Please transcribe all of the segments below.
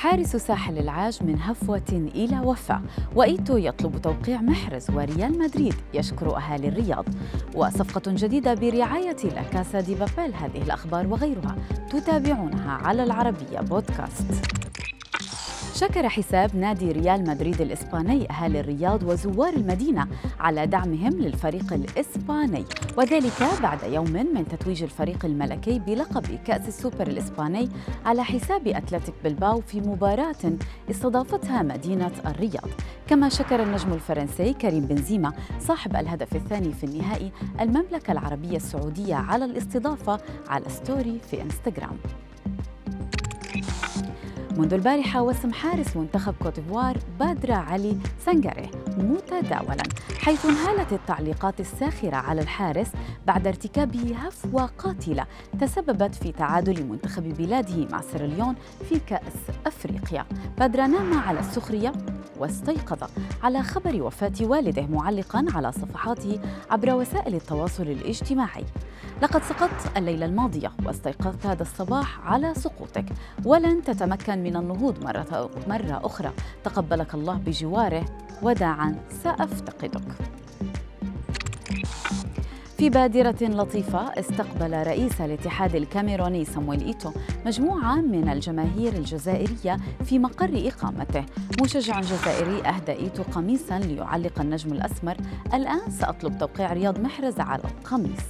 حارس ساحل العاج من هفوة إلى وفاة، وإيتو يطلب توقيع محرز، وريال مدريد يشكر أهالي الرياض، وصفقة جديدة برعاية لا كاسا دي بابيل. هذه الأخبار وغيرها تتابعونها على العربية بودكاست. شكر حساب نادي ريال مدريد الإسباني أهالي الرياض وزوار المدينة على دعمهم للفريق الإسباني، وذلك بعد يوم من تتويج الفريق الملكي بلقب كأس السوبر الإسباني على حساب أتلتيك بلباو في مباراة استضافتها مدينة الرياض. كما شكر النجم الفرنسي كريم بنزيما صاحب الهدف الثاني في النهائي المملكة العربية السعودية على الاستضافة على ستوري في إنستغرام. منذ البارحة وسم حارس منتخب كوتيفوار بادرة علي سانغاري متداولاً، حيث انهالت التعليقات الساخرة على الحارس بعد ارتكابه هفوة قاتلة تسببت في تعادل منتخب بلاده مع سيراليون في كأس أفريقيا. بادرة نام على السخرية واستيقظ على خبر وفاة والده، معلقاً على صفحاته عبر وسائل التواصل الاجتماعي: لقد سقطت الليلة الماضية واستيقظت هذا الصباح على سقوطك، ولن تتمكن من النهوض مرة أخرى. تقبلك الله بجواره، وداعاً سأفتقدك. في بادرة لطيفة استقبل رئيس الاتحاد الكاميروني سامويل إيتو مجموعة من الجماهير الجزائرية في مقر إقامته. مشجع جزائري أهدى إيتو قميصاً ليعلق النجم الأسمر: الآن سأطلب توقيع رياض محرز على القميص.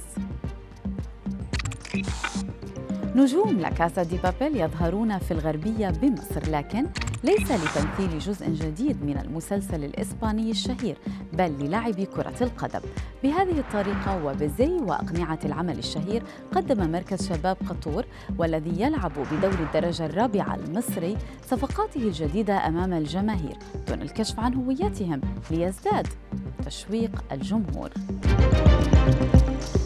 نجوم لا كاسا دي بابيل يظهرون في الغربية بمصر، لكن ليس لتمثيل جزء جديد من المسلسل الإسباني الشهير، بل للعب كرة القدم. بهذه الطريقة وبزي وأقنعة العمل الشهير، قدم مركز شباب قطور والذي يلعب بدور الدرجة الرابعة المصري صفقاته الجديدة أمام الجماهير دون الكشف عن هويتهم ليزداد تشويق الجمهور.